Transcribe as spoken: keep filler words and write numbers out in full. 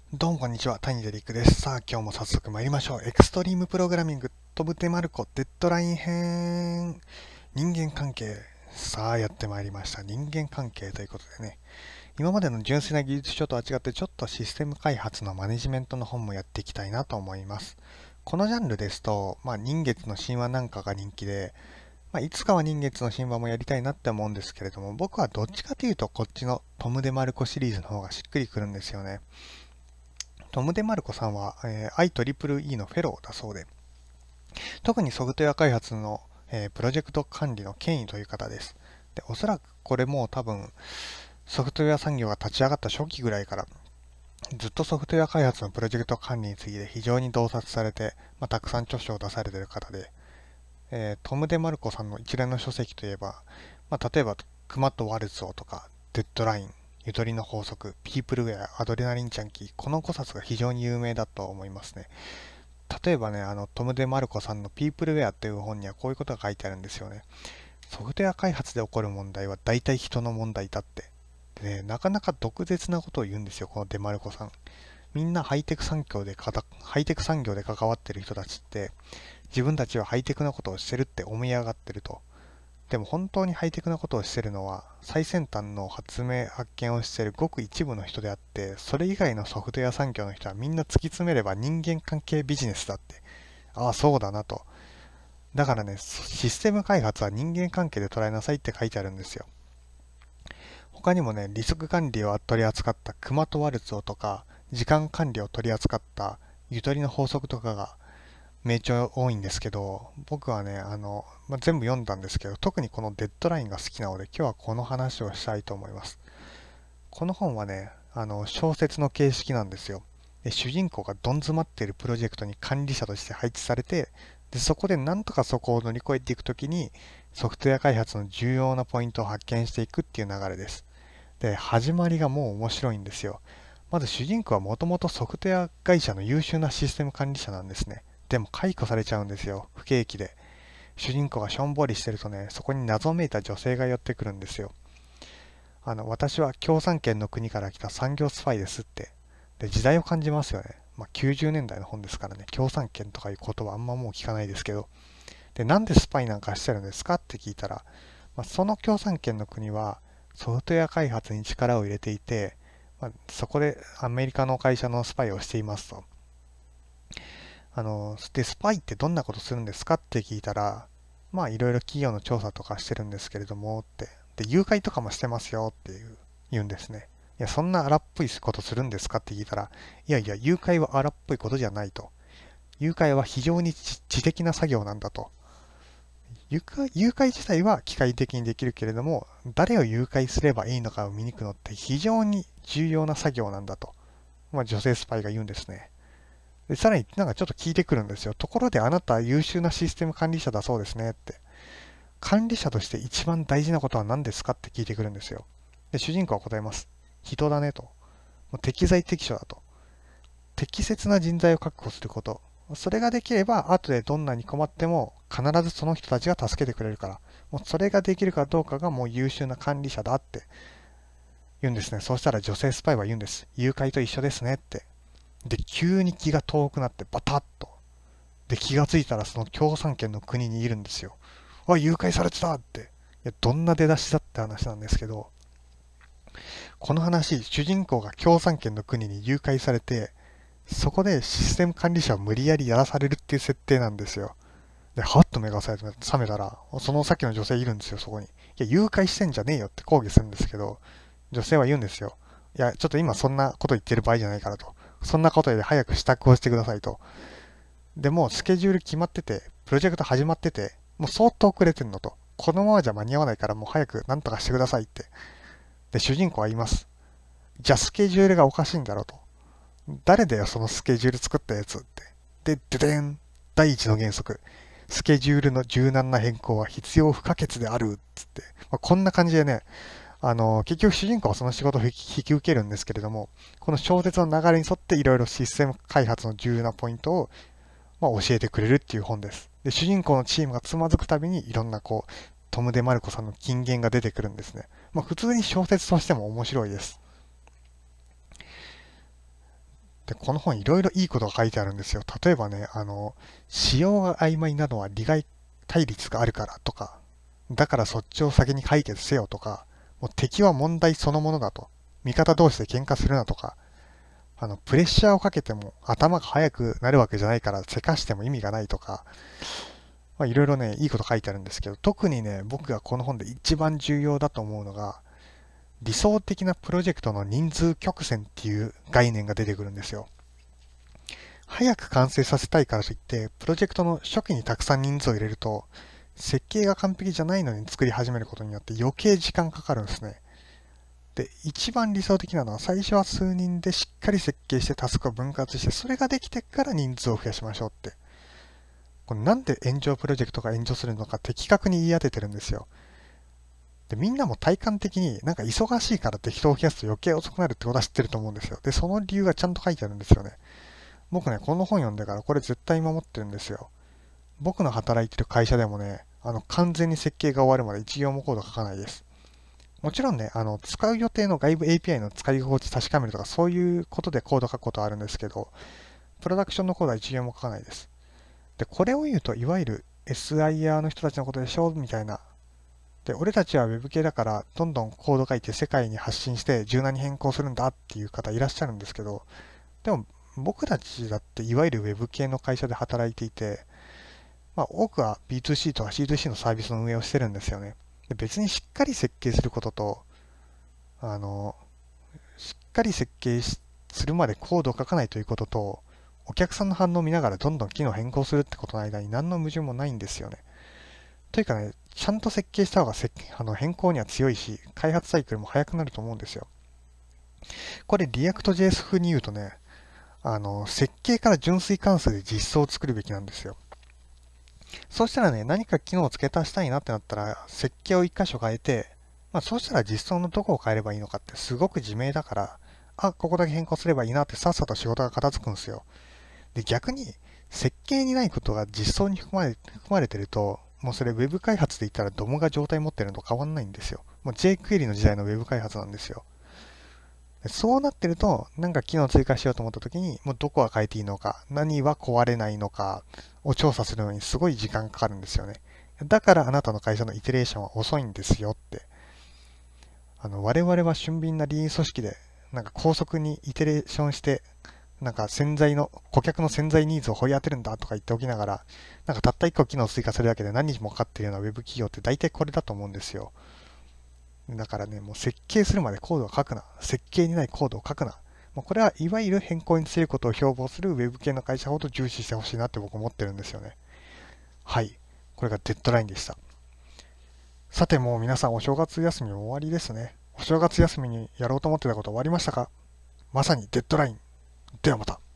どうもこんにちは、谷デリックです。さあ、今日も早速参りましょう。エクストリームプログラミング、飛ぶ手マルコ、デッドライン編、人間関係。さあ、やってまいりました。人間関係ということでね。今までの純粋な技術書とは違って、ちょっとシステム開発のマネジメントの本もやっていきたいなと思います。このジャンルですと、まあ、人月の神話なんかが人気で、まあ、いつかは人月の神話もやりたいなって思うんですけれども、僕はどっちかというと、こっちのトム・デ・マルコシリーズの方がしっくりくるんですよね。トム・デ・マルコさんは、えー、アイトリプルイー のフェローだそうで、特にソフトウェア開発の、えープロジェクト管理の権威という方です。で、おそらくこれも多分ソフトウェア産業が立ち上がった初期ぐらいからずっとソフトウェア開発のプロジェクト管理について非常に洞察されて、まあ、たくさん著書を出されている方で、えートム・デ・マルコさんの一連の書籍といえば、まあ、例えばクマとワルツォとかデッドライン、ゆとりの法則、ピープルウェア、アドレナリンジャンキー、このごさつが非常に有名だと思いますね。例えばね、あの、トム・デ・マルコさんのピープルウェアっていう本にはこういうことが書いてあるんですよね。ソフトウェア開発で起こる問題は大体人の問題だって。でね、なかなか毒舌なことを言うんですよ、このデ・マルコさん。みんなハイテク産業でかた、ハイテク産業で関わってる人たちって、自分たちはハイテクなことをしてるって思い上がってると。でも本当にハイテクなことをしてるのは、最先端の発明発見をしているごく一部の人であって、それ以外のソフトウェア産業の人はみんな突き詰めれば人間関係ビジネスだって。ああ、そうだなと。だからね、システム開発は人間関係で捉えなさいって書いてあるんですよ。他にもね、リスク管理を取り扱ったクマとワルツォとか、時間管理を取り扱ったゆとりの法則とかが名著多いんですけど、僕はね、あの、まあ、全部読んだんですけど、特にこのデッドラインが好きなので、今日はこの話をしたいと思います。この本はね、あの、小説の形式なんですよ。で、主人公がどん詰まっているプロジェクトに管理者として配置されて、で、そこでなんとかそこを乗り越えていくときに、ソフトウェア開発の重要なポイントを発見していくっていう流れです。で、始まりがもう面白いんですよ。まず主人公はもともとソフトウェア会社の優秀なシステム管理者なんですね。でも解雇されちゃうんですよ。不景気で。主人公がしょんぼりしてるとね、そこに謎めいた女性が寄ってくるんですよ。あの、私は共産圏の国から来た産業スパイですって。で、時代を感じますよね。まあ、きゅうじゅうねんだいの本ですからね、共産圏とかいう言葉あんまもう聞かないですけど。で、なんでスパイなんかしてるんですかって聞いたら、まあ、その共産圏の国はソフトウェア開発に力を入れていて、まあ、そこでアメリカの会社のスパイをしていますと。あの、で、スパイってどんなことするんですかって聞いたら、まあいろいろ企業の調査とかしてるんですけれどもって。で、誘拐とかもしてますよっていう言うんですね。いや、そんな荒っぽいことするんですかって聞いたら、いやいや、誘拐は荒っぽいことじゃないと。誘拐は非常に知的な作業なんだと。誘拐誘拐自体は機械的にできるけれども、誰を誘拐すればいいのかを見抜くのって非常に重要な作業なんだと。まあ女性スパイが言うんですね。で、さらになんかちょっと聞いてくるんですよ。ところであなた優秀なシステム管理者だそうですねって。管理者として一番大事なことは何ですかって聞いてくるんですよ。で、主人公は答えます。人だねと。もう適材適所だと。適切な人材を確保すること。それができれば、後でどんなに困っても必ずその人たちが助けてくれるから。もうそれができるかどうかがもう優秀な管理者だって言うんですね。そうしたら女性スパイは言うんです。誘拐と一緒ですねって。で、急に気が遠くなってバタッと。で、気がついたらその共産圏の国にいるんですよ。あ、誘拐されてたって。いや、どんな出だしだって話なんですけど、この話、主人公が共産圏の国に誘拐されて、そこでシステム管理者を無理やりやらされるっていう設定なんですよ。で、はっと目が覚めたら、そのさっきの女性いるんですよ、そこに。いや、誘拐してんじゃねえよって抗議するんですけど、女性は言うんですよ。いや、ちょっと今そんなこと言ってる場合じゃないからと。そんなことで早く支度をしてくださいと。でも、スケジュール決まってて、プロジェクト始まってて、もう相当遅れてんのと。このままじゃ間に合わないからもう早く何とかしてくださいって。で、主人公は言います。じゃあスケジュールがおかしいんだろうと。誰だよ、そのスケジュール作ったやつって。で、ででん。第一の原則。スケジュールの柔軟な変更は必要不可欠であるっつって。まあ、こんな感じでね、あの、結局主人公はその仕事を引き受けるんですけれども、この小説の流れに沿っていろいろシステム開発の重要なポイントをまあ、教えてくれるっていう本です。で、主人公のチームがつまずくたびにいろんなこう、トム・デ・マルコさんの金言が出てくるんですね。まあ、普通に小説としても面白いです。 で、この本いろいろいいことが書いてあるんですよ。例えばね、あの、使用が曖昧なのは利害対立があるからとか、だからそっちを先に解決せよとか、もう敵は問題そのものだと。味方同士で喧嘩するなとか、あの、プレッシャーをかけても頭が速くなるわけじゃないからせかしても意味がないとか、まあいろいろね、いいこと書いてあるんですけど、特にね、僕がこの本で一番重要だと思うのが、理想的なプロジェクトの人数曲線っていう概念が出てくるんですよ。早く完成させたいからといって、プロジェクトの初期にたくさん人数を入れると、設計が完璧じゃないのに作り始めることによって余計時間かかるんですね。で、一番理想的なのは最初は数人でしっかり設計してタスクを分割して、それができてから人数を増やしましょうって。これなんで炎上プロジェクトが炎上するのか的確に言い当ててるんですよ。で、みんなも体感的になんか忙しいからって人を増やすと余計遅くなるってことは知ってると思うんですよ。で、その理由がちゃんと書いてあるんですよね。僕ね、この本読んでからこれ絶対守ってるんですよ。僕の働いてる会社でもね、あの、完全に設計が終わるまで一行もコード書かないです。もちろんね、あの、使う予定の外部 エーピーアイ の使い心地確かめるとか、そういうことでコード書くことはあるんですけど、プロダクションのコードは一行も書かないです。で、これを言うと、いわゆる エスアイアール の人たちのことでしょみたいな。で、俺たちは Web 系だから、どんどんコード書いて世界に発信して柔軟に変更するんだっていう方いらっしゃるんですけど、でも僕たちだっていわゆる Web 系の会社で働いていて、まあ多くは ビーツーシー とか シーツーシー のサービスの運営をしてるんですよね。で、別にしっかり設計することと、あの、しっかり設計するまでコードを書かないということと、お客さんの反応を見ながらどんどん機能変更するってことの間に何の矛盾もないんですよね。というかね、ちゃんと設計した方がせあの変更には強いし、開発サイクルも早くなると思うんですよ。これ リアクトジェイエス 風に言うとね、あの、設計から純粋関数で実装を作るべきなんですよ。そうしたらね、何か機能を付け足したいなってなったら、設計を一箇所変えて、まあそうしたら実装のどこを変えればいいのかってすごく自明だから、あ、ここだけ変更すればいいなってさっさと仕事が片付くんですよ。で、逆に、設計にないことが実装に含まれ含まれてると、もうそれ Web 開発で言ったらどもが状態持ってるのと変わんないんですよ。もう jQuery の時代の Web 開発なんですよ。そうなってると、なんか機能追加しようと思った時に、もうどこは変えていいのか、何は壊れないのかを調査するのにすごい時間かかるんですよね。だからあなたの会社のイテレーションは遅いんですよって。あの、我々は俊敏なリーン組織で、なんか高速にイテレーションして、なんか潜在の、顧客の潜在ニーズを掘り当てるんだとか言っておきながら、なんかたった一個機能追加するだけで何日もかかっているようなウェブ企業って大体これだと思うんですよ。だからね、もう設計するまでコードを書くな。設計にないコードを書くな。もうこれはいわゆる変更に強いことを標榜するウェブ系の会社ほど重視してほしいなって僕思ってるんですよね。はい。これがデッドラインでした。さてもう皆さんお正月休み終わりですね。お正月休みにやろうと思ってたこと終わりましたか？まさにデッドライン。ではまた。